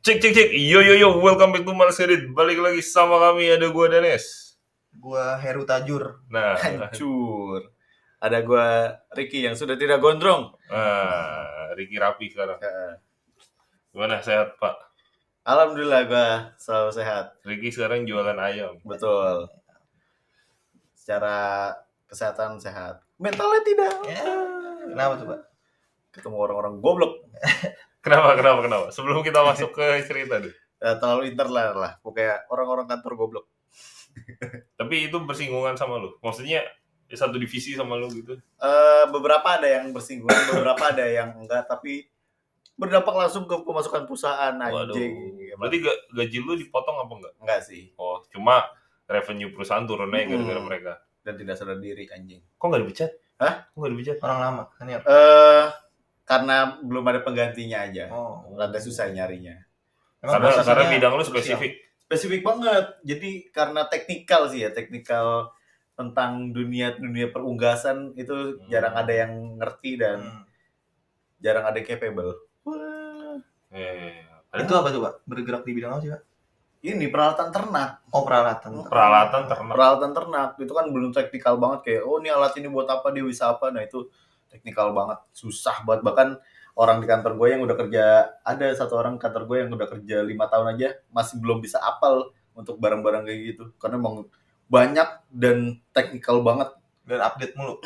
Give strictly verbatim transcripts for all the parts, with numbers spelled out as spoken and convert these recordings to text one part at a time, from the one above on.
Cek cek cek, yo yo yo, welcome back to Males Edit. Balik lagi sama kami, ada gua Danes. Gua Heru Tajur. Nah, hancur. Ada gua Ricky yang sudah tidak gondrong. Nah, Ricky rapi sekarang. Gimana, sehat Pak? Alhamdulillah gua selalu sehat. Ricky sekarang jualan ayam. Betul. Secara kesehatan sehat. Mentalnya tidak. Ya. Kenapa tuh, Pak? Ketemu orang-orang goblok. Kenapa, kenapa, kenapa? Sebelum kita masuk ke cerita deh. Ya, terlalu internet lah. Pokoknya orang-orang kantor goblok. Tapi itu bersinggungan sama lu? Maksudnya satu divisi sama lu gitu? Uh, beberapa ada yang bersinggungan, beberapa ada yang enggak. Tapi berdampak langsung ke pemasukan perusahaan. Anjing. Waduh. Berarti ga, gaji lu dipotong apa enggak? Enggak sih. Oh, cuma revenue perusahaan turun aja Hmm. gara-gara mereka. Dan tidak sadar diri, anjing. Kok nggak dipecat? Hah? Kok nggak dipecat? Orang lama kan ya? Eh... Uh, Karena belum ada penggantinya aja. Oh, Rada susah nyarinya. Karena, posisinya karena bidang lu spesifik. Spesifik banget. Jadi karena teknikal sih ya, teknikal tentang dunia-dunia perunggasan itu Hmm. jarang ada yang ngerti dan Hmm. jarang ada yang capable. Wah. Eh, Itu apa tuh, Pak? Bergerak di bidang apa sih, Pak? Ini peralatan ternak. Oh, peralatan. peralatan ternak. Peralatan ternak itu kan belum teknikal banget kayak oh ini alat ini buat apa, dia bisa apa. Nah itu teknikal banget, susah banget. Bahkan orang di kantor gue yang udah kerja, ada satu orang kantor gue yang udah kerja lima tahun aja masih belum bisa apal untuk barang-barang kayak gitu karena emang banyak dan teknikal banget. Dan update mulu.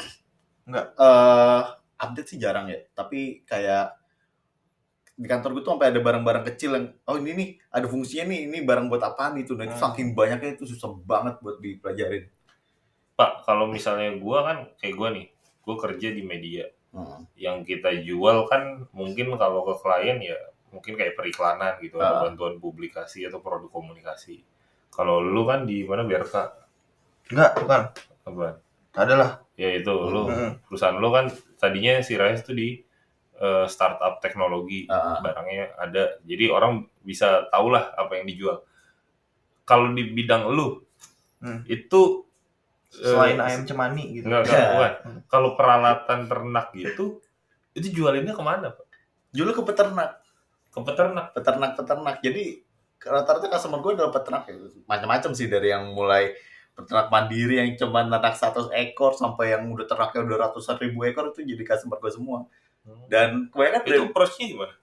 Uh, update sih jarang ya, tapi kayak di kantor gue tuh sampai ada barang-barang kecil yang oh ini nih ada fungsinya nih, ini barang buat apaan itu. Nah itu Hmm. saking banyaknya itu susah banget buat dipelajarin. Pak, kalau misalnya gua kan kayak gua nih, gua kerja di media. Hmm. Yang kita jual kan mungkin kalau ke klien ya mungkin kayak periklanan gitu, Ah. atau bantuan publikasi atau produk komunikasi. Kalau lu kan di mana B R K? Enggak, bukan. Apa? Ada lah. Ya itu lu Hmm. perusahaan lu kan tadinya si Rais tuh di uh, startup teknologi, Ah. barangnya ada. Jadi orang bisa tahu lah apa yang dijual. Kalau di bidang lu Hmm. itu Selain eh, ayam cemani gitu. Enggak, enggak, bukan. Kalau peralatan ternak gitu, itu jualinnya kemana, Pak? Jual ke peternak. Ke peternak. peternak-peternak. Jadi rata-rata customer gue adalah peternak ya. Macam-macam sih, dari yang mulai peternak mandiri yang cuma ternak seratus ekor sampai yang udah ternaknya udah ratusan ribu ekor, itu jadi customer gue semua. Dan kebanyakan Itu prosesnya gimana?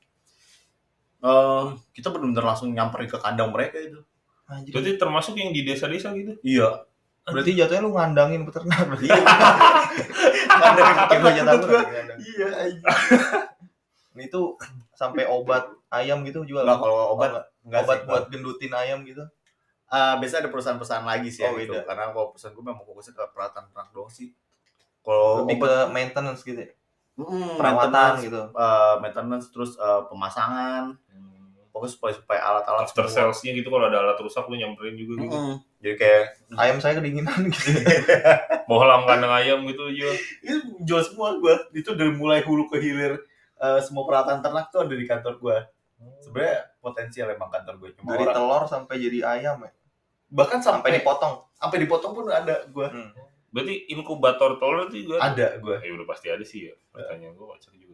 uh, kita benar-benar langsung nyamperin ke kandang mereka itu. Anjir. Berarti termasuk yang di desa-desa gitu? Iya. Berarti jatuhnya lu ngandangin peternak. Iya. Kandang Kayak gua jatah gua. Iya. Ini tuh sampai obat ayam gitu jual. Enggak, kalau obat enggak. enggak Obat sih, buat gendutin ayam gitu. Uh, biasanya ada perusahaan-perusahaan lagi sih Oh, yang itu. beda. Karena kalau perusahaan gue memang fokusnya ke peralatan ternak doang sih. Kalau Lebih obat ke maintenance gitu ya. Mm, Perawatan maintenance, gitu. uh, maintenance terus uh, pemasangan, pokoknya supaya supaya alat-alat After semua. sales-nya gitu, kalau ada alat rusak lu nyamperin juga gitu. Mm-mm. Jadi kayak Ayam saya kedinginan gitu. Mau helam kandang ayam gitu jual. itu jual semua gua. Itu dari mulai hulu ke hilir uh, semua peralatan ternak tuh ada di kantor gua. Sebenarnya potensial emang kantor gua, cuma Dari orang telur sampai jadi ayam ya. bahkan Sampai sampai dipotong. sampai dipotong pun ada gua. Hmm. Berarti inkubator telur itu juga Ada gua. Ya udah pasti ada sih ya. Pertanyaan gua kocak juga.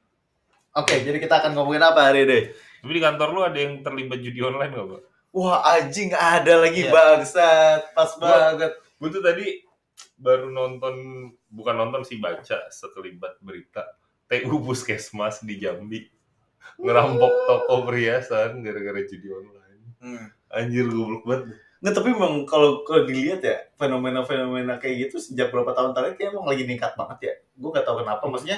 Oke, jadi kita akan ngomongin apa hari ini? Tapi di kantor lu ada yang terlibat judi online nggak, Pak? Wah, anjing ada lagi, Iya. bangsat. Pas Gua- banget. Gue tuh tadi baru nonton, bukan nonton sih, baca sekelibat berita T U Puskesmas di Jambi ngerampok toko perhiasan gara-gara judi online. Hmm. Anjir, goblok banget. Nggak, tapi memang kalau kalau dilihat ya, fenomena-fenomena kayak gitu sejak beberapa tahun terakhir kayak emang lagi meningkat banget ya. Gue nggak tahu kenapa, maksudnya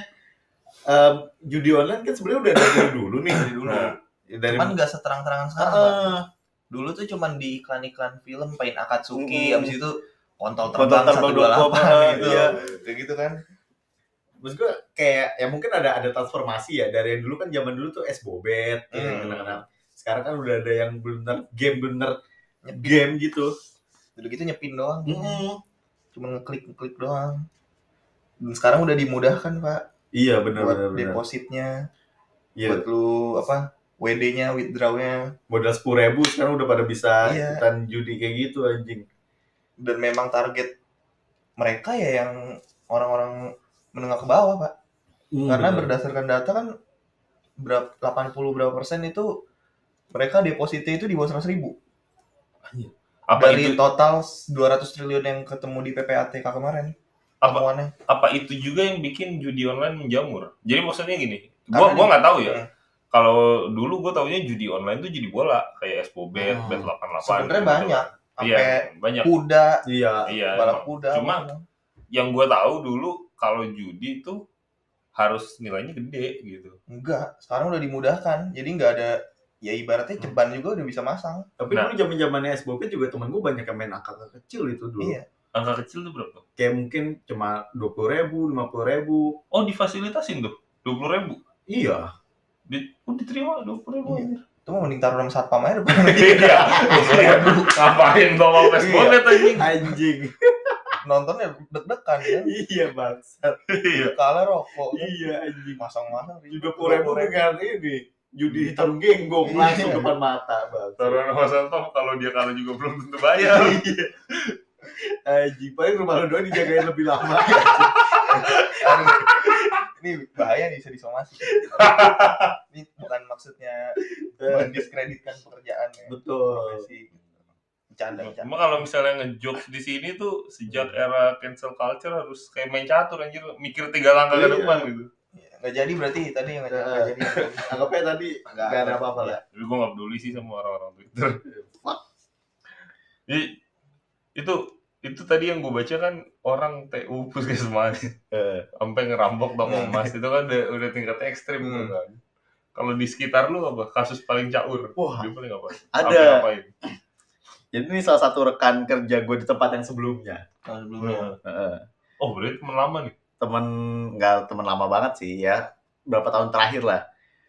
em, judi online kan sebenarnya udah dari dulu nih. Dari dulu. Nah, dari Cuman nggak seterang-terangan sekarang, Pak. Ah, Dulu tuh cuman di iklan-iklan film Pain Akatsuki, Mm. abis itu kontol Kontol terbang terbang seratus dua puluh delapan dua gitu. iya. Kayak gitu kan. maksud gue kayak ya mungkin ada ada transformasi ya, dari yang dulu kan zaman dulu tuh es bobet, ya, Hmm. kenal-kenal. Sekarang kan udah ada yang bener game bener Nyepin. game gitu. Dulu gitu nyepin doang. Mm-mm. Cuma ngeklik-ngeklik doang. Dan sekarang udah dimudahkan, Pak. Iya benar Buat benar benar. depositnya, Iya. buat lu apa? W D-nya, withdraw-nya. Modal sepuluh ribu sekarang udah pada bisa Iya. ikutan judi kayak gitu, anjing. Dan memang target mereka ya yang orang-orang menengah ke bawah, Pak. Hmm, Karena bener. berdasarkan data kan berapa delapan puluh berapa persen itu mereka depositnya itu di bawah seratus ribu. Apa Dari itu total dua ratus triliun yang ketemu di P P A T K kemarin. apa Temuannya. apa itu juga yang bikin judi online menjamur? Jadi maksudnya gini, Karena gua gua di- nggak tahu ya. Hmm. Kalau dulu gua taunya judi online tuh judi bola kayak Espobet, Hmm. Bet delapan puluh delapan. Sebenarnya gitu banyak. kan. Iya, Sampai banyak. kuda, Iya. Iya, balap emang. kuda. Cuma macam. yang gua tahu dulu kalau judi itu harus nilainya gede gitu. Enggak, sekarang udah dimudahkan. Jadi nggak ada, ya ibaratnya ceban juga udah bisa masang. Tapi Nah. dulu zaman-zamannya S B O P juga temen gue banyak yang main angka kecil itu dulu. Iya. Angka kecil tuh berapa? Kayak mungkin cuma dua puluh ribu, lima puluh ribu. Oh, difasilitasin tuh dua puluh ribu. Iya. Di, oh, diterima dua puluh ribu. Iya. Itu mah mending taruh sama satpam aja. Iya. Ngapain bawa Espobet anjing? Anjing. Nontonnya deg-degan kan. Iya bangsat. Iya. Kalah rokok. Kan? Iya anjing. Masang-masang. Dua puluh ribu dengan ini judi tarung genggong Iya. langsung depan mata bang. Taruhan sama satpam kalau dia kalah juga belum tentu bayar. Iya. Anjing, paling rumah lu doang dijagain lebih lama. Aduh. Ini bahaya nih, bisa disomasi. Ini bukan maksudnya mendiskreditkan pekerjaannya. Betul. Profesi. Bercanda, bercanda. Cuma kalau misalnya ngejokes di sini tuh sejak era cancel culture harus kayak main catur anjir, mikir tiga langkah ke Iya. depan gitu. Nggak jadi berarti tadi yang nggak nggak jadi. Anggapnya tadi Nggak nggak ada ada. apa-apa lah. Tapi gue nggak peduli sih sama orang-orang Twitter. Fuck. Jadi, itu itu tadi yang gue baca kan orang T U Puskesmas Eh, sampai ngerampok toko Hmm. emas itu kan udah, udah tingkat ekstrim Hmm. tuh kan. Kalau di sekitar lu apa kasus paling caur? Wah, Dia paling apa? ada. Sampai ngapain? Jadi ini salah satu rekan kerja gue di tempat yang sebelumnya. Nah, sebelumnya. Heeh. Oh, berarti temen lama nih. Temen nggak temen lama banget sih ya, berapa tahun terakhir lah.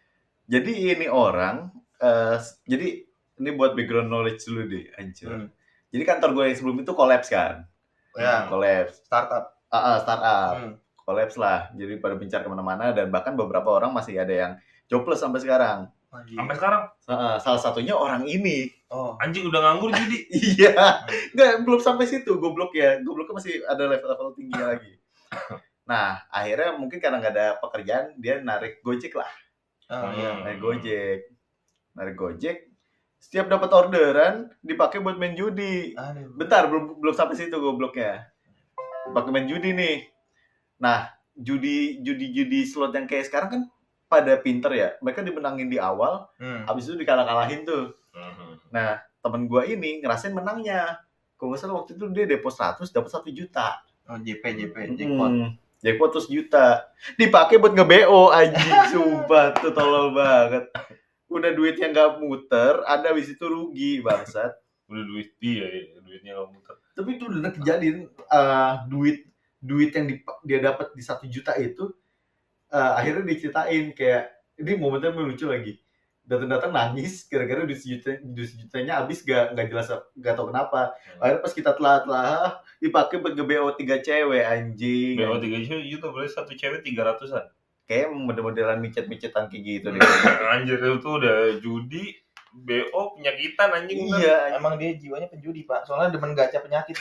Jadi ini orang, eh, jadi ini buat background knowledge dulu deh, anjir. Hmm. Jadi kantor gue yang sebelum itu collapse kan, Ya, collapse, startup. ah ah, startup, Hmm. collapse lah. Jadi pada pincar kemana-mana dan bahkan beberapa orang masih ada yang jobless sampai sekarang. Anjing. Sampai sekarang Ah, salah satunya orang ini. Oh. anjing udah nganggur jadi. Iya, nggak belum sampai situ goblok ya, gobloknya masih ada level-level tingginya lagi. Nah, akhirnya mungkin karena nggak ada pekerjaan, dia narik Gojek lah. Oh, iya. Narik Gojek. Narik Gojek. Setiap dapat orderan, dipakai buat main judi. Aduh. Bentar, belum belum sampai situ gobloknya. Pakai main judi nih. Nah, judi judi judi slot yang kayak sekarang kan pada pinter ya. Mereka dimenangin di awal, Hmm. habis itu dikalah-kalahin tuh. Mhm. Nah, temen gua ini ngerasain menangnya. Kalau nggak salah waktu itu dia depo seratus dapat satu juta. Oh, J P J P jackpot. Hmm, jackpot terus juta. Dipakai buat nge-B O anjing, sumpah tuh tolol banget. Udah duitnya nggak muter, ada habis itu rugi bangsat. Udah duit dia ya, duitnya nggak muter. Tapi itu udah kejadian eh, duit duit yang dip- dia dapat di satu juta itu eh, akhirnya diceritain kayak ini momennya lucu lagi. Datang-datang nangis gara-gara duit sejuta, duit sejutanya habis gak nggak jelas gak tau kenapa. Akhirnya pas kita telah-telah dipakai buat nge-B O tiga cewek anjing. B O tiga juta berarti satu cewek tiga ratusan. Kayak model-modelan micet-micetan kayak gitu deh. Anjir itu udah judi, B O penyakitan anjing. bener. Iya, Emang dia jiwanya penjudi, Pak. Soalnya demen gacha penyakit.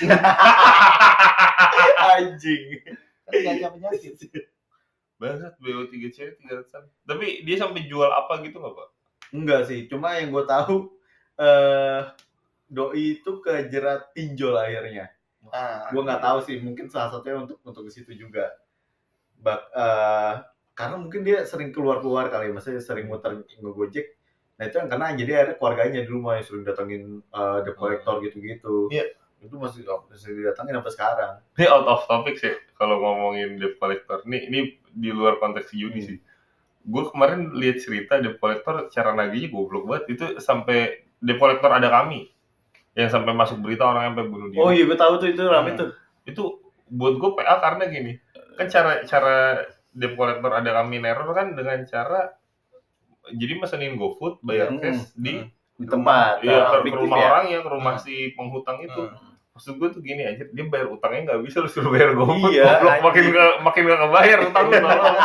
anjing. Kan gacha penyakit. Bangsat B O tiga cewek tiga ratusan. Tapi dia sampai jual apa gitu nggak Pak? Enggak sih, cuma yang gue tahu eh doi itu kejerat pinjol akhirnya. Ah, Gue nggak tahu sih, mungkin salah satunya untuk untuk ke situ juga. Bak, eh, karena mungkin dia sering keluar-keluar kali, maksudnya sering muter ngegojek. Nah itu yang kena jadi akhirnya keluarganya di rumah yang sering datangin eh, debt collector gitu-gitu. Iya. Itu masih masih didatangin sampai sekarang. Ini out of topic sih kalau ngomongin debt collector. Ini ini di luar konteks judi Hmm. sih. Gue kemarin lihat cerita debt collector cara nagihnya goblok banget. Itu sampai debt collector ada kami yang sampai masuk berita orang sampai bunuh diri. Oh iya, gue tahu tuh itu rame Hmm. tuh. Itu buat gue P A karena gini. Kan cara cara debt collector ada kami neror kan dengan cara jadi mesenin GoFood bayar Hmm. cash di Di tempat. iya, ah, ke, ke fiktif rumah ya. orang ya, ke rumah Hmm. si penghutang itu. Hmm. Maksud gue tuh gini aja, dia bayar utangnya nggak bisa lu suruh bayar GoFood. Iya, Goblok, makin anjing. nggak makin nggak kebayar utang lu. tolong.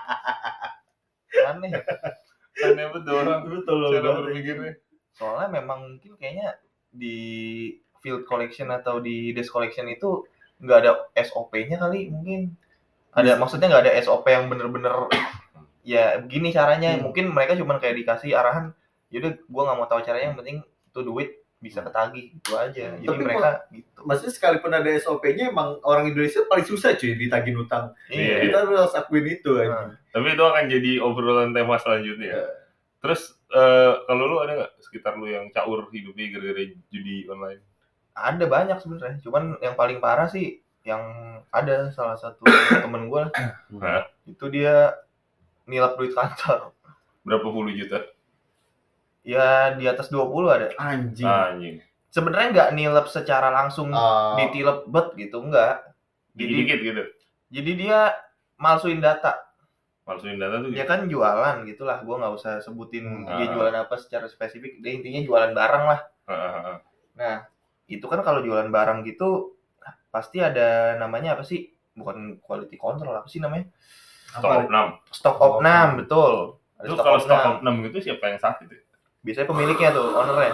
Aneh. Aneh betul orang Betul loh. cara berpikirnya. Soalnya memang mungkin kayaknya di field collection atau di desk collection itu nggak ada S O P-nya kali mungkin. Ada maksudnya nggak ada S O P yang bener-bener ya begini caranya. Hmm. Mungkin mereka cuma kayak dikasih arahan, Jadi gue nggak mau tahu caranya, yang penting itu duit bisa ketagih itu aja. Jadi Tapi mereka gitu. Maksudnya sekalipun ada S O P-nya emang orang Indonesia paling susah cuy ditagih utang. Iya. Kita harus akuin itu aja. Nah, Tapi itu akan jadi obrolan tema selanjutnya. Terus eh, kalau lu ada nggak sekitar lu yang caur hidupnya gara-gara judi online? ada banyak sebenarnya. Cuman yang paling parah sih yang ada salah satu temen gue Hah? itu dia nilap duit kantor. Berapa puluh juta? Ya di atas dua puluh ada. Anjing. Anjing. Sebenarnya nggak nilap secara langsung Ah. ditilep bet gitu, enggak. Jadi Dikit gitu. jadi dia malsuin data. Malsuin data tuh Dia gitu. kan jualan gitulah, gua nggak usah sebutin Hmm. dia jualan apa secara spesifik. Dia intinya jualan barang lah. Heeh. Nah, itu kan kalau jualan barang gitu pasti ada namanya apa sih? Bukan quality control, apa sih namanya? Stok enam. Stock opnam, betul. Ada Itu stock kalau stok opnam. enam gitu siapa yang sakit ya? Biasanya pemiliknya tuh, ownernya.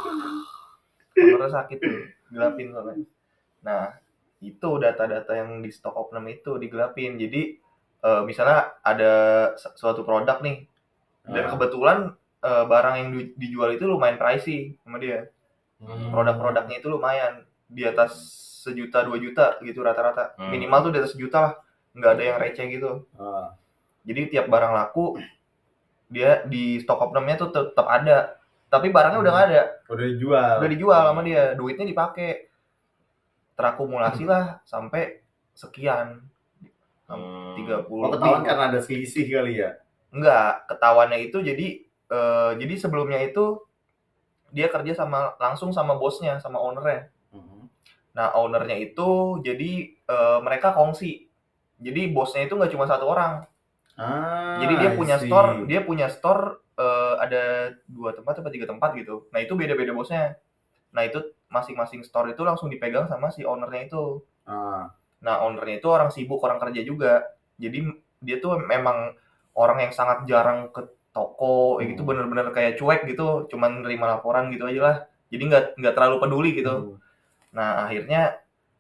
Ownernya sakit tuh, gelapin soalnya. Nah, itu data-data yang di stock opnam itu digelapin. Jadi eh, misalnya ada su- suatu produk nih, dan Ah. kebetulan eh, barang yang di- dijual itu lumayan pricey sama dia. Hmm. Produk-produknya itu lumayan di atas sejuta dua juta gitu rata-rata. Hmm. Minimal tuh di atas sejuta lah, nggak ada yang receh gitu. Ah. Jadi tiap barang laku dia di stock opnamnya tuh tetap ada, tapi barangnya udah nggak ada, Udah dijual. udah dijual sama dia, duitnya dipakai, terakumulasi lah sampai sekian, Hmm. tiga Oh, puluh ketahuan lebih. karena ada selisih kali ya. Enggak, ketahuannya itu jadi eh, jadi sebelumnya itu dia kerja sama langsung sama bosnya, sama ownernya. Nah, ownernya itu jadi eh, mereka kongsi. Jadi bosnya itu nggak cuma satu orang. Ah. Jadi dia I punya see. store, dia punya store eh, ada dua tempat atau tiga tempat gitu. Nah, itu beda-beda bosnya. Nah, itu masing-masing store itu langsung dipegang sama si ownernya itu. Ah. Nah, ownernya itu orang sibuk, orang kerja juga. Jadi dia tuh memang orang yang sangat jarang ke toko, ya gitu, Hmm. bener-bener kayak cuek gitu, cuman nerima laporan gitu aja lah. Jadi nggak nggak terlalu peduli gitu. Hmm. Nah, akhirnya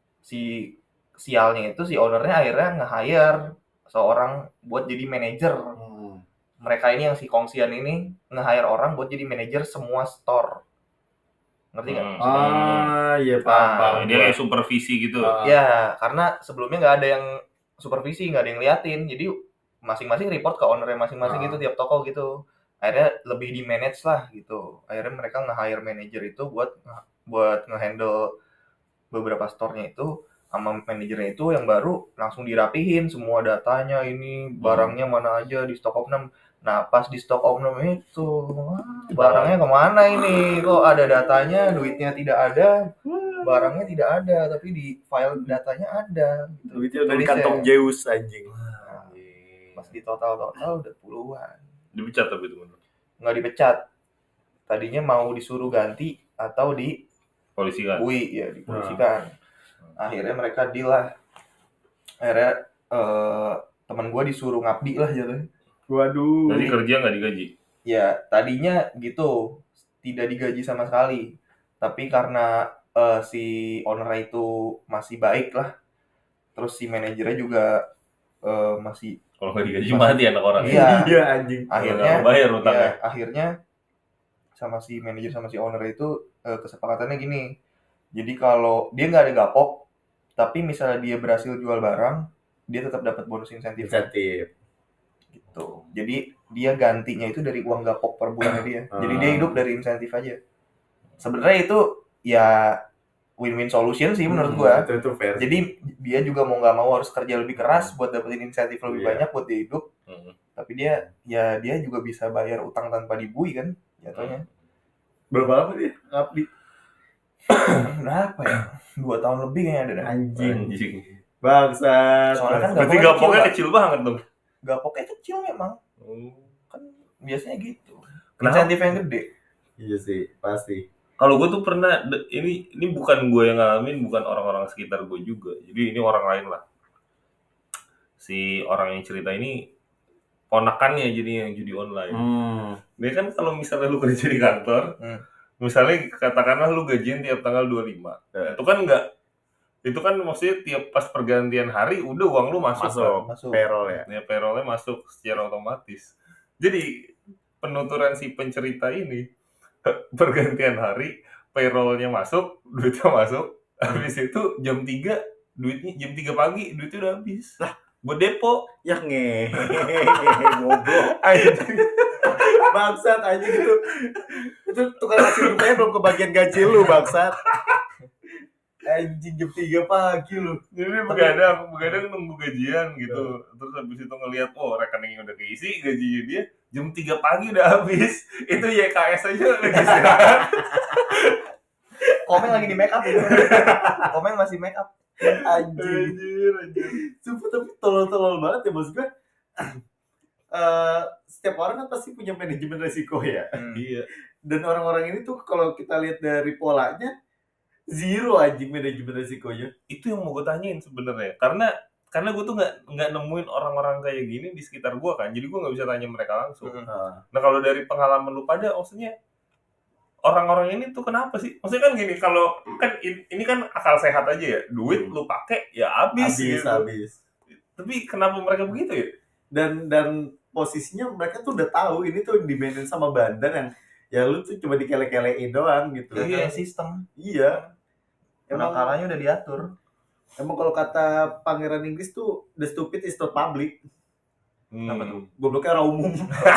si sialnya itu si ownernya akhirnya nge-hire seorang buat jadi manajer. Hmm. Mereka ini yang si kongsian ini nge-hire orang buat jadi manajer semua store. Ngerti nggak? Hmm. Ah, iya paham, Ah, paham. Dia kayak supervisi gitu. Ah. Ya, karena sebelumnya nggak ada yang supervisi, nggak ada yang liatin. Jadi masing-masing report ke ownernya masing-masing Ah. gitu, tiap toko gitu. Akhirnya lebih di manage lah gitu. Akhirnya mereka nge-hire manajer itu buat buat nge-handle beberapa store-nya itu, sama manajernya itu yang baru langsung dirapihin semua datanya, ini barangnya mana aja di stock opnam. Nah, pas di stock opnam itu, wah, barangnya kemana ini? Kok ada datanya, duitnya tidak ada, barangnya tidak ada, tapi di file datanya ada. Gitu. Duitnya udah di Tulisnya. kantong Zeus anjing. Nah, pas di total-total udah puluhan. Dipecat tapi itu bener. Nggak dipecat. Tadinya mau disuruh ganti atau di Polisi kan. Bui, ya dipolisikan. Akhirnya mereka deal lah. Akhirnya eh, teman gue disuruh ngabdi lah jatuhnya. Waduh. Jadi kerja nggak digaji. Ya tadinya gitu, tidak digaji sama sekali. Tapi karena eh, si owner itu masih baik lah, terus si manajernya juga eh, masih, Kalau nggak digaji Mas- mati anak orang. Iya. Iya anjing. akhirnya Nggak bayar utangnya. ya, akhirnya sama si manajer sama si owner itu eh, kesepakatannya gini. Jadi kalau dia nggak ada gapok, tapi misalnya dia berhasil jual barang, dia tetap dapat bonus insentif Insentif. gitu. Jadi dia gantinya itu dari uang gapok per bulannya dia. Jadi dia hidup dari insentif aja. Sebenarnya itu ya win-win solution sih menurut gua. Itu itu fair. Jadi dia juga mau nggak mau harus kerja lebih keras buat dapetin insentif lebih Iya. banyak buat dia hidup. Hmm. Tapi dia ya dia juga bisa bayar utang tanpa dibui kan jatuhnya. Berapa lama dia ngabdi? Berapa ya? Dua tahun lebih kayaknya ada dah. Anjing. Anjing. Bangsat. Soalnya kan Berarti gapoknya gapoknya kecil, kecil banget dong. Gapoknya kecil memang. Oh. Kan biasanya gitu. Kenapa? Insentif yang gede. Iya sih, pasti. Kalau gue tuh pernah, de- ini ini bukan gue yang ngalamin, bukan orang-orang sekitar gue juga. Jadi ini orang lain lah. Si orang yang cerita ini ponakannya jadi yang judi online. Hmm. Dia kan kalau misalnya lu kerja di kantor, Hmm. misalnya katakanlah lu gajian tiap tanggal dua puluh lima. Ya. Itu kan enggak, itu kan maksudnya tiap pas pergantian hari udah uang lu masuk. Masuk. Masuk. Payroll ya. Kan? Ya payroll-nya masuk secara otomatis. Jadi penuturan si pencerita ini pergantian hari, payroll-nya masuk, duitnya masuk, habis itu jam tiga duitnya jam tiga pagi duitnya udah habis. Lah, buat depo. Ya nge. Goblok. Anjing. Bangsat aja gitu. Itu tukang ngasih rupanya belum kebagian gaji lu, bangsat. Anjing jam tiga pagi lu. Jadi begadang, begadang nunggu gajian gitu. Terus habis itu ngelihat oh rekeningnya udah keisi, gajinya dia jam tiga pagi udah habis. Itu Y K S aja lagi istirahat. Komeng lagi di make up itu. Komeng masih make up. Anjing. Anjir, anjir. Sumpah tapi tolol-tolol banget ya maksud gue. Uh, setiap orang kan pasti punya manajemen resiko ya. Hmm. Iya. Dan orang-orang ini tuh kalau kita lihat dari polanya zero anjing manajemen resikonya. Itu yang mau gue tanyain sebenarnya. Karena karena gue tuh nggak nggak nemuin orang-orang kayak gini di sekitar gue kan. Jadi gue nggak bisa tanya mereka langsung. Hmm. Nah kalau dari pengalaman lu pada, maksudnya orang-orang ini tuh kenapa sih? Maksudnya kan gini, kalau kan ini kan akal sehat aja ya. Duit lu pakai ya habis Habis, gitu. habis. Tapi kenapa mereka begitu ya? Dan dan posisinya mereka tuh udah tahu ini tuh dimainin sama bandar yang ya lu tuh cuma dikele-kelein doang gitu. Iya, sistem. Iya. Emang Penakalannya udah diatur. Emang kalau kata pangeran Inggris tuh the stupid is not public. Hmm. Apa tuh? Gobloknya orang umum.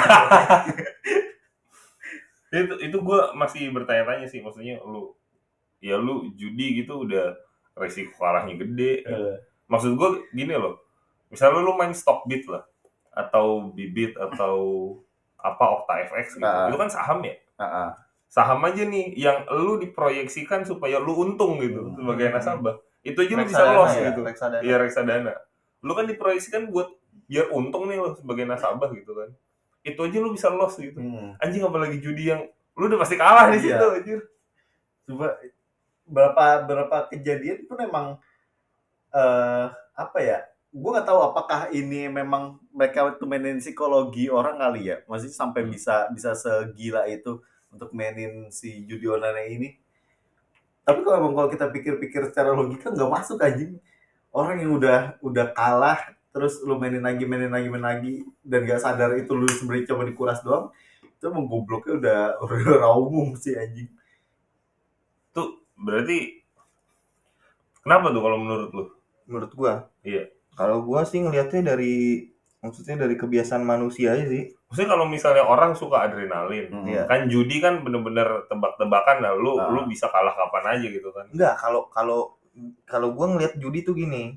itu itu gue masih bertanya-tanya sih, maksudnya lu ya lu judi gitu udah resiko kalahnya gede. Uh. Maksud gue gini loh, misalnya lu main stock bit lah atau bibit atau apa Okta F X gitu, uh. itu kan saham ya. Uh-uh. Saham aja nih yang lu diproyeksikan supaya lu untung gitu hmm. sebagai nasabah. Itu aja lu bisa loss ya, gitu. Reksadana. Iya, reksadana. Lu kan diproyeksikan buat biar untung nih lu sebagai nasabah gitu kan. Itu aja lu bisa loss gitu. Hmm. Anjing apalagi judi yang lu udah pasti kalah di situ iya. anjir. Coba berapa berapa kejadian pun emang uh, apa ya? Gue nggak tahu apakah ini memang mereka tuh mainin psikologi orang kali ya. Maksudnya sampai hmm. bisa bisa segila itu untuk mainin si judi online ini. Tapi kalau emang kalau kita pikir-pikir secara logika nggak masuk anjing. Orang yang udah udah kalah terus lu mainin lagi mainin lagi mainin lagi dan nggak sadar itu lu sebenarnya cuma dikuras doang, itu emang gobloknya udah udah umum sih anjing. Tuh berarti kenapa tuh kalau menurut lu? Menurut gua? Iya. Kalau gua sih ngelihatnya dari maksudnya dari kebiasaan manusia aja sih. Maksudnya kalau misalnya orang suka adrenalin, hmm. kan judi kan bener-bener tebak-tebakan lah, lu nah. lu bisa kalah kapan aja gitu kan. Enggak, kalau kalau kalau gua ngelihat judi tuh gini.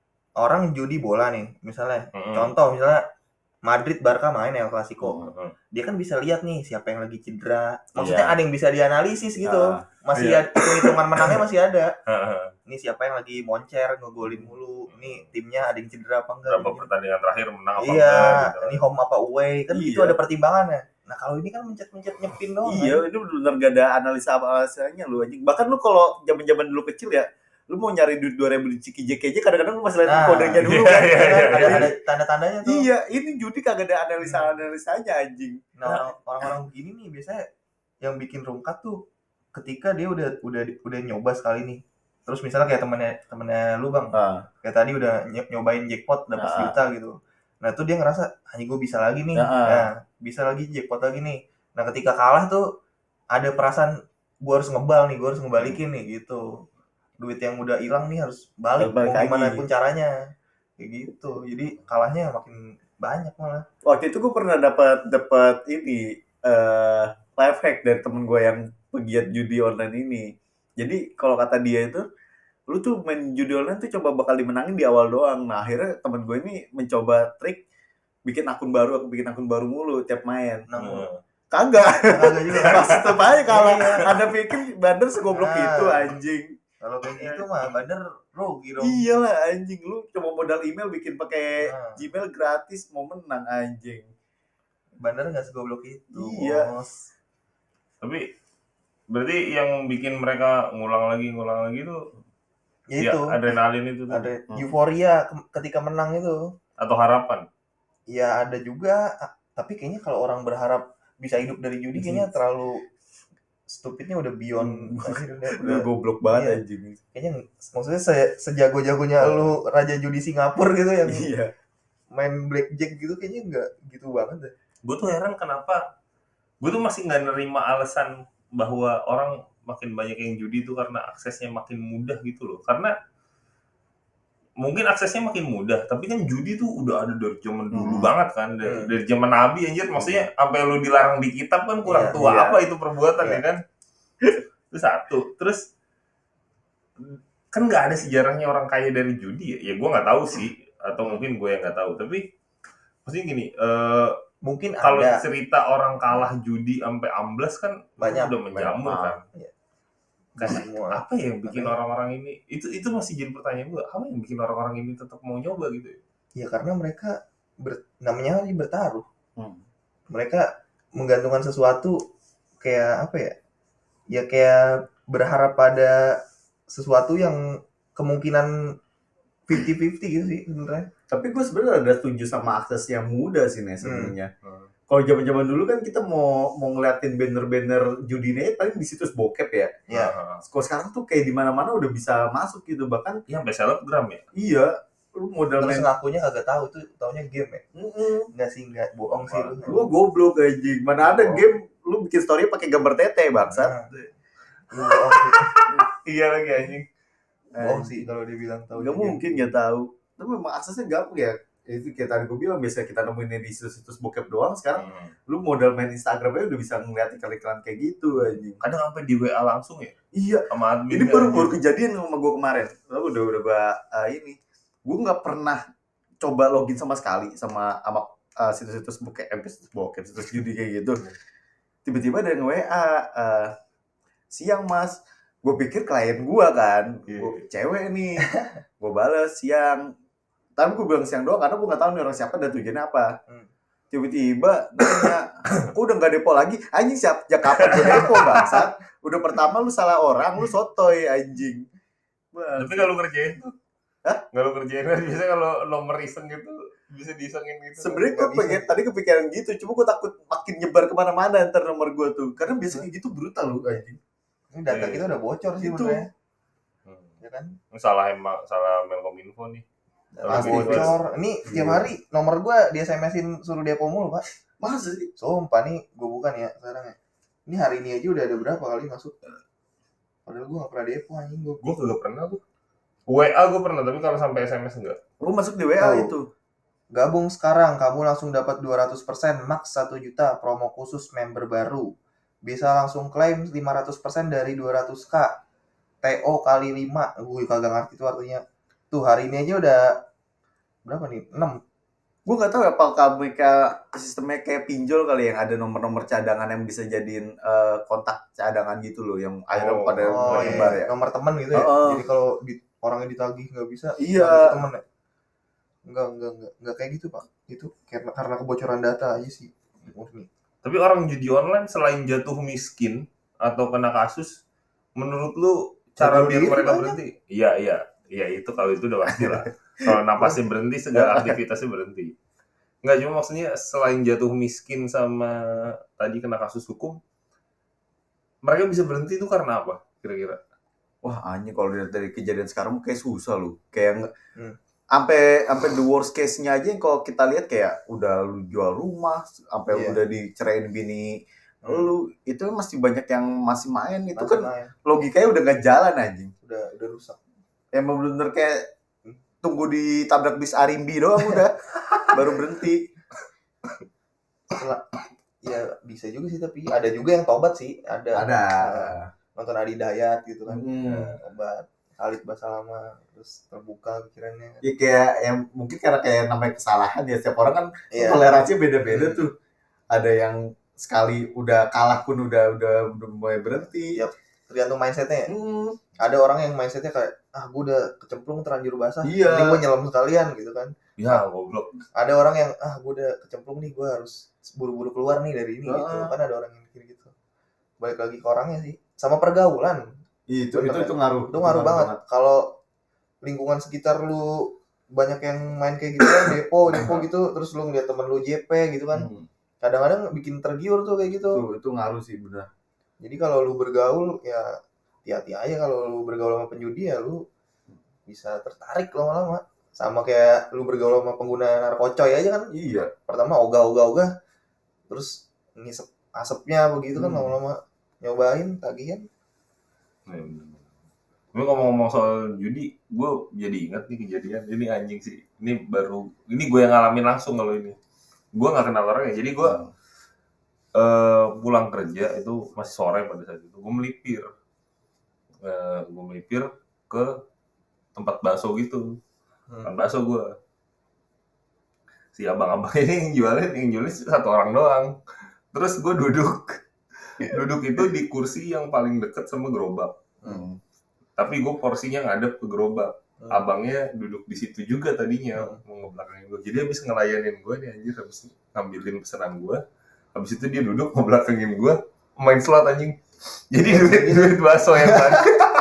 Orang judi bola nih, misalnya. Hmm. Contoh misalnya Madrid Barca main El Clasico. Hmm. Dia kan bisa lihat nih siapa yang lagi cedera. Maksudnya yeah. ada yang bisa dianalisis gitu. Uh, masih yeah. ada hitungan menangnya masih ada. Ini siapa yang lagi moncer ngegolin mulu. Ini timnya ada yang cedera apa enggak? Berapa gitu. Pertandingan terakhir menang apa iya, enggak gitu. Ini home apa away. Kan iya. itu ada pertimbangannya. Nah, kalau ini kan mencet-mencet nyepin doang. Iya, kan? Itu benar gak ada analisa apa-apanya lu anjing. Bahkan lu kalau zaman-zaman dulu kecil ya, lu mau nyari duit dua ribu di Ciki J K J kadang-kadang lu masih lihat nah, kodenya dulu iya, kan. Iya, iya, ada, ada tanda-tandanya tuh. Iya, ini judi kagak ada analisa-analisanya anjing. Nah, orang-orang begini nih biasanya yang bikin rungkat tuh ketika dia udah udah udah nyoba sekali nih. Terus misalnya kayak temennya temennya lu Bang. Ah. Kayak tadi udah nyobain jackpot dapat ah. sejuta gitu. Nah, tuh dia ngerasa hanya gue bisa lagi nih. Ah. Nah, bisa lagi jackpot lagi nih. Nah, ketika kalah tuh ada perasaan gue harus ngebal nih, gue harus ngebalikin nih gitu. Duit yang udah hilang nih harus balik, balik mau gimana pun caranya kayak gitu. Jadi kalahnya makin banyak malah. Waktu itu gue pernah dapat dapat ini uh, life hack dari temen gue yang pegiat judi online ini. Jadi kalau kata dia itu, lu tuh main judi online tuh coba bakal dimenangin di awal doang. Nah akhirnya temen gue ini mencoba trik bikin akun baru, aku bikin akun baru mulu tiap main. Nah, hmm. kagak. Kagak juga. Pas tetep aja kalah. Ada pikir bandar segoblok nah. itu anjing. Kalau kayak gitu mah bandar rugi dong. Iyalah anjing, lu cuma modal email bikin pakai nah. Gmail gratis mau menang anjing. Bandar enggak segoblok itu. Iya. Bos. Tapi berarti yang bikin mereka ngulang lagi ngulang lagi tuh ya itu ya, adrenalin itu tuh. Ada hmm. euforia ketika menang itu. Atau harapan? Ya ada juga, tapi kayaknya kalau orang berharap bisa hidup dari judi kayaknya terlalu stupidnya udah beyond hmm. udah, udah goblok banget iya. anjing. Kayaknya maksudnya se- sejago-jagonya lu raja judi Singapura gitu yang iya. main blackjack gitu kayaknya enggak gitu banget deh. Gue tuh heran kenapa gue tuh masih nggak nerima alasan bahwa orang makin banyak yang judi itu karena aksesnya makin mudah gitu loh. Karena mungkin aksesnya makin mudah, tapi kan judi tuh udah ada dari zaman dulu Hmm. banget kan, dari, Hmm. dari zaman Nabi anjir, maksudnya sampai lu dilarang di kitab kan kurang Iya, tua iya. apa itu perbuatan Iya. ya kan. Itu satu. Terus kan nggak ada sejarahnya orang kaya dari judi ya, ya gue nggak tahu sih, atau mungkin gue yang nggak tahu, tapi maksudnya gini, eh, Mungkin kalau ada cerita orang kalah judi sampai amblas kan itu Banyak, udah menjamur banyak. kan. Iya. Karena semua. apa ya yang bikin Makanya. orang-orang ini, itu itu masih jadi pertanyaan gue, apa yang bikin orang-orang ini tetap mau nyoba gitu ya? Ya karena mereka ber, namanya lagi bertaruh. Hmm. Mereka menggantungkan sesuatu kayak apa ya? Ya kayak berharap pada sesuatu yang kemungkinan fifty-fifty gitu sih sebenarnya. Tapi gue sebenarnya ada setuju sama akses yang mudah sih nih sebenarnya. Hmm. Kalau zaman-zaman dulu kan kita mau mau ngeliatin banner-banner judinya paling di situs bokep ya. Ya. Nah, Kalau sekarang tuh kayak di mana-mana udah bisa masuk gitu, bahkan ya sampai selebgram ya. iya, lu modal Terus main. ngakunya kagak tahu tuh, taunya game ya. Mm-mm. Enggak sih, enggak bohong sih lu. Lu goblok anjing. Mana ada Oh. game lu bikin story pakai gambar tete bangsat. Lu bohong sih. Iya lagi anjing. Bohong sih kalau dibilang tahu. Gak mungkin gak tahu. Tapi memang aksesnya gampang ya. Itu kayak tadi gue bilang, biasanya kita nemuin di situs-situs bokep doang. Sekarang Hmm. lu modal main Instagram aja udah bisa ngeliat iklan-iklan kayak gitu anjing. Kadang sampai di W A langsung ya Iya. sama admin. Ini baru baru kejadian sama gue kemarin. Lalu udah udah gue uh, ini. Gue nggak pernah coba login sama sekali sama sama uh, situs-situs bokep, eh, situs bokep, situs judi kayak gitu. Tiba-tiba ada yang W A, uh, siang mas. Gue pikir klien gue kan, Iya. gua, cewek nih. Gue balas siang. Tapi gue bilang siang doang karena gue nggak tahu nih orang siapa dan tujuannya apa. Hmm. Tiba-tiba nanya, kok udah nggak depo lagi? Anjing siap, sejak kapan gue depo bangsat? Udah pertama lu salah orang, lu sotoy anjing. Tapi kalau kerjain tuh, Hah? Nggak lo kerjain kan biasanya kalau nomor iseng gitu bisa diisengin gitu. Sebenarnya gue Nggak bisa. pengen, tadi kepikiran gitu, cuma gue takut makin nyebar kemana-mana ntar nomor gue tuh. Karena biasanya gitu brutal lu anjing. Ini data Iya. kita udah bocor sih Gitu. sebenarnya. Hmm. Ya kan? Salah emang salah Menkominfo nih. Data Tapi bocor. Ini tiap Iya. hari nomor gua di S M S-in suruh depo mulu, Pak. Masa sih? Sumpah nih, gua bukan ya sekarang ya. Ini hari ini aja udah ada berapa kali masuk. Padahal gua gak pernah depo anjing gua. Gue kagak pernah tuh. W A gue pernah tapi kalau sampai S M S enggak. Gue masuk di W A Oh. itu. Gabung sekarang, kamu langsung dapat dua ratus persen max satu juta promo khusus member baru. Bisa langsung klaim lima ratus persen dari dua ratus ribu. T O kali lima. Gue kagak ngerti itu artinya. Tuh hari ini aja udah berapa nih? enam. Gue nggak tahu ya apakah mereka sistemnya kayak pinjol kali yang ada nomor-nomor cadangan yang bisa jadiin eh, kontak cadangan gitu loh, yang akhirnya Oh. pada Oh mulai iya, nyebar ya. nomor teman gitu ya. Oh. Jadi kalau di, orangnya ditagih nggak bisa, Iya. nagih ke temen ya. Enggak, enggak, enggak, enggak kayak gitu, Pak. Itu karena karena kebocoran data aja sih. Murni. Tapi orang judi online selain jatuh miskin atau kena kasus, menurut lu cara Bunuh biar diri mereka banyak. berhenti? Iya, iya. Iya itu kalau itu udah pasti lah. Kalau napasnya berhenti, segala aktivitasnya berhenti. Enggak, cuma maksudnya selain jatuh miskin sama tadi kena kasus hukum, mereka bisa berhenti itu karena apa kira-kira? Wah anjing kalau dari, dari kejadian sekarang kayak susah lu. Kayak nggak Hmm. sampai sampai the worst case-nya aja yang kalau kita lihat kayak udah lu jual rumah, sampai Iya. udah dicerain bini Hmm. lu, itu masih banyak yang masih main. Itu Masih kan main. logikanya udah nggak jalan anjing. udah udah rusak. Emang bener kayak tunggu ditabrak bis Arimbi doang udah baru berhenti. Setelah, ya bisa juga sih, tapi ada juga yang tobat sih, ada. Ada. Nah, nonton Adi Dayat gitu kan. Hmm. Tobat, Khalid Basalamah, terus terbuka pikirannya. Ya kayak yang mungkin karena kayak namanya kesalahan ya, setiap orang kan Iya. toleransi beda-beda Hmm. tuh. Ada yang sekali udah kalah pun udah udah, udah mulai berhenti. Yap. Tergantung mindsetnya ya. Hmm. Ada orang yang mindsetnya kayak, ah gue udah kecemplung terlanjur basah, Iya. ini gue nyelam sekalian gitu kan. Ya, goblok. Ada orang yang, ah gue udah kecemplung nih, gue harus buru-buru keluar nih dari ini Ah. gitu. Kan ada orang yang mikir gitu. Balik lagi ke orangnya sih. Sama pergaulan. Itu Bener itu ya? itu ngaruh. Itu ngaruh banget. Kalau lingkungan sekitar lu banyak yang main kayak gitu kan, depo, depo gitu, terus lu ngeliat temen lu J P gitu kan. Hmm. Kadang-kadang bikin tergiur tuh kayak gitu. Tuh, itu ngaruh sih benar. Jadi kalau lu bergaul ya hati-hati aja, kalau lu bergaul sama penjudi ya lu bisa tertarik lama-lama. Sama kayak lu bergaul sama pengguna narkocoy aja kan. Iya. Pertama ogah-ogah-ogah, terus ngisep asapnya begitu kan Hmm. lama-lama nyobain tagihan. Nah, bener. Tapi ngomong-ngomong soal judi, gue jadi ingat nih kejadian. Ini anjing sih. Ini baru, ini gue yang ngalamin langsung kalau ini. Gue nggak kenal orangnya. Jadi gue eh, pulang kerja itu masih sore pada saat itu. Gue melipir, Eh, gue melipir ke tempat bakso gitu. Tempat bakso gue. Si abang-abang ini yang jualin, yang jualin satu orang doang. Terus gue duduk, duduk itu di kursi yang paling deket sama gerobak. Hmm. Tapi gue porsinya ngadep ke gerobak. Hmm. Abangnya duduk di situ juga tadinya Hmm. mau ngebelakangin gue. Jadi habis ngelayanin gue nih anjir, habis ngambilin pesanan gue. Habis itu dia duduk ngebelakangin gue, main slot anjing. Jadi duit duit bakso yang tadi.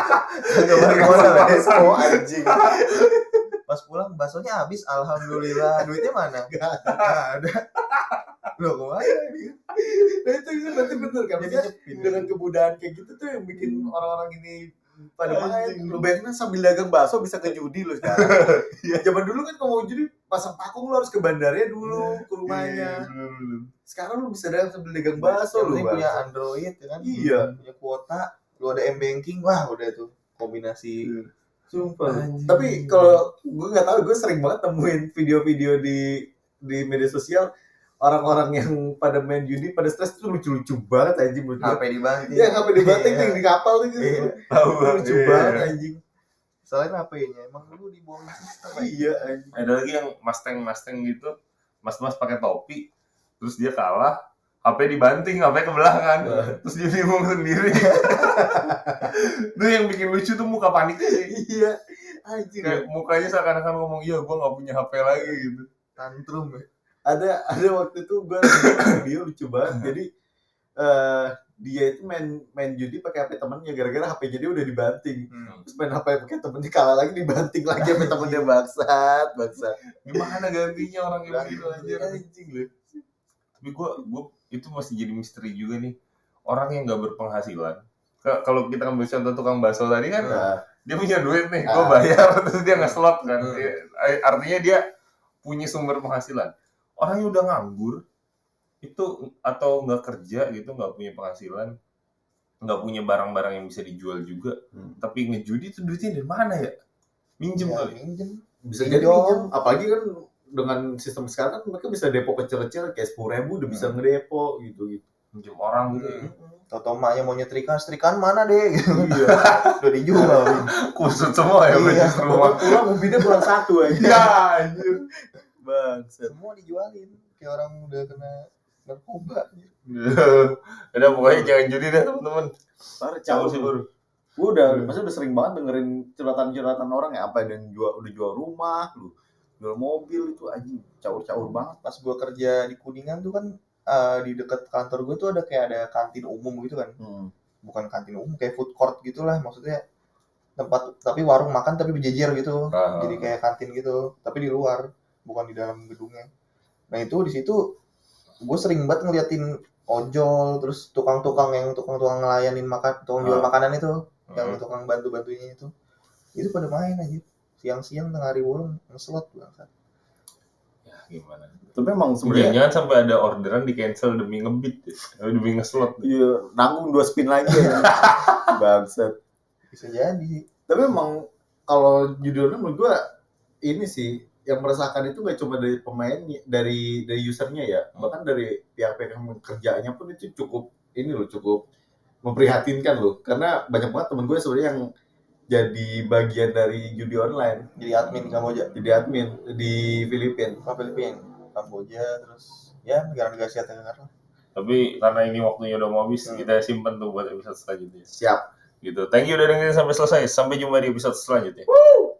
Oh anjing. Pas pulang baksonya habis, alhamdulillah. Duitnya mana? Gak ada. Loh kemana ini? Nah itu itu berarti bener kan. Jadi Maksudnya nyepin. dengan kebudayaan kayak gitu tuh yang bikin orang-orang ini pada main. Lu bayangin sambil dagang bakso bisa ke judi lu sekarang. Ya zaman dulu kan kalau mau judi pasang pakung lu harus ke bandarnya dulu, ke rumahnya. Sekarang lu bisa dagang sambil dagang bakso Yang lu. penting Bang. punya Android ya kan? Iya. Punya kuota, lu ada M-banking, wah udah tuh kombinasi. Sumpah. Anjing. Tapi kalau gue nggak tahu, gue sering banget temuin video-video di di media sosial orang-orang yang pada main judi pada stres tuh lucu-lucu banget anjing menurut H gue. P dibanting. Iya, H P dibanting Iya. tuh yang di kapal tuh gitu. Iya. Tahu Lucu banget anjing. Selain H P-nya, emang lu dibohongin sistem. Iya anjing. Ada lagi yang Mustang Mustang gitu, mas-mas pakai topi, terus dia kalah, H P dibanting, H P ke belakang, terus dia bingung sendiri. Itu yang bikin lucu tuh muka paniknya sih. Iya anjing. Kayak mukanya seakan-akan ngomong, iya gue gak punya H P lagi gitu. Tantrum ya. Ada ada waktu itu gue nonton video lucu banget. Jadi eh dia itu main main judi pakai H P temennya gara-gara H P-nya dia udah dibanting. Hmm. Terus main H P pakai temennya kalah lagi dibanting lagi sama temennya bangsat, bangsat. Gimana gantinya orang kayak begitu Anjing, anjir. anjing lu. Tapi gue gue itu masih jadi misteri juga nih, orang yang nggak berpenghasilan. K- kalau kita ambil contoh tukang bakso tadi kan, Nah, dia punya duit nih, gue Ah. bayar, terus dia nge-slot kan. Hmm. Dia- artinya dia punya sumber penghasilan. Orang yang udah nganggur itu atau nggak kerja gitu, nggak punya penghasilan, nggak punya barang-barang yang bisa dijual juga, Hmm. tapi ngejudi itu duitnya dari mana ya? Minjem Ya, kali. minjem. bisa Pinjam. jadi minjem. Apalagi kan dengan sistem sekarang kan mereka bisa depo kecil-kecil kayak sepuluh ribu udah bisa ngedepo gitu gitu. Minjem orang gitu. ya. Toto emaknya mau nyetrika, setrikaan mana deh? Gitu. Iya. Udah dijual. Kusut semua ya Iya. baju rumah. Pulang mobilnya pulang satu aja. Ya anjir. Bangsat. Semua dijualin. Kayak orang udah kena narkoba. Udah pokoknya jangan judi deh teman-teman. Parah Jauh jauh sih baru. Gue udah, maksudnya udah sering banget dengerin curhatan-curhatan orang ya, apa yang jual udah jual rumah, lu jual mobil itu anjing caur-caur banget. Pas gua kerja di Kuningan tuh kan eh, di dekat kantor gue tuh ada kayak ada kantin umum gitu kan. Hmm. Bukan kantin umum, kayak food court gitulah, maksudnya tempat tapi warung makan tapi berjejer gitu. Ah. Jadi kayak kantin gitu, tapi di luar, bukan di dalam gedungnya. Nah itu di situ gue sering banget ngeliatin ojol, terus tukang-tukang yang tukang-tukang ngelayanin makan, tukang jual Ah. makanan itu, yang Hmm. tukang bantu-bantunya itu, itu pada main aja siang-siang tengah hari bolong ngeslot bangsat. Ya gimana? Tapi emang Jangan, sebenarnya jangan sampai ada orderan di cancel demi ngebit, ya. demi ngeslot. iya nanggung dua spin lagi ya. Bangsat. Bisa jadi. Tapi emang kalau judulnya menurut gua ini sih yang meresahkan itu nggak cuma dari pemainnya, dari dari usernya ya, bahkan dari pihak-pihak yang kerjanya pun itu cukup ini loh, cukup memprihatinkan loh, karena banyak banget temen gue sebenarnya yang jadi bagian dari judi online, Jadi admin Kamboja, jadi admin di Filipina. ke Filipina, Kamboja, terus ya negara-negara Asia Tenggara. Tapi karena ini waktunya udah mau habis, Hmm. kita simpen tuh buat episode selanjutnya. Siap. Gitu. Thank you udah dengerin sampai selesai. Sampai jumpa di episode selanjutnya.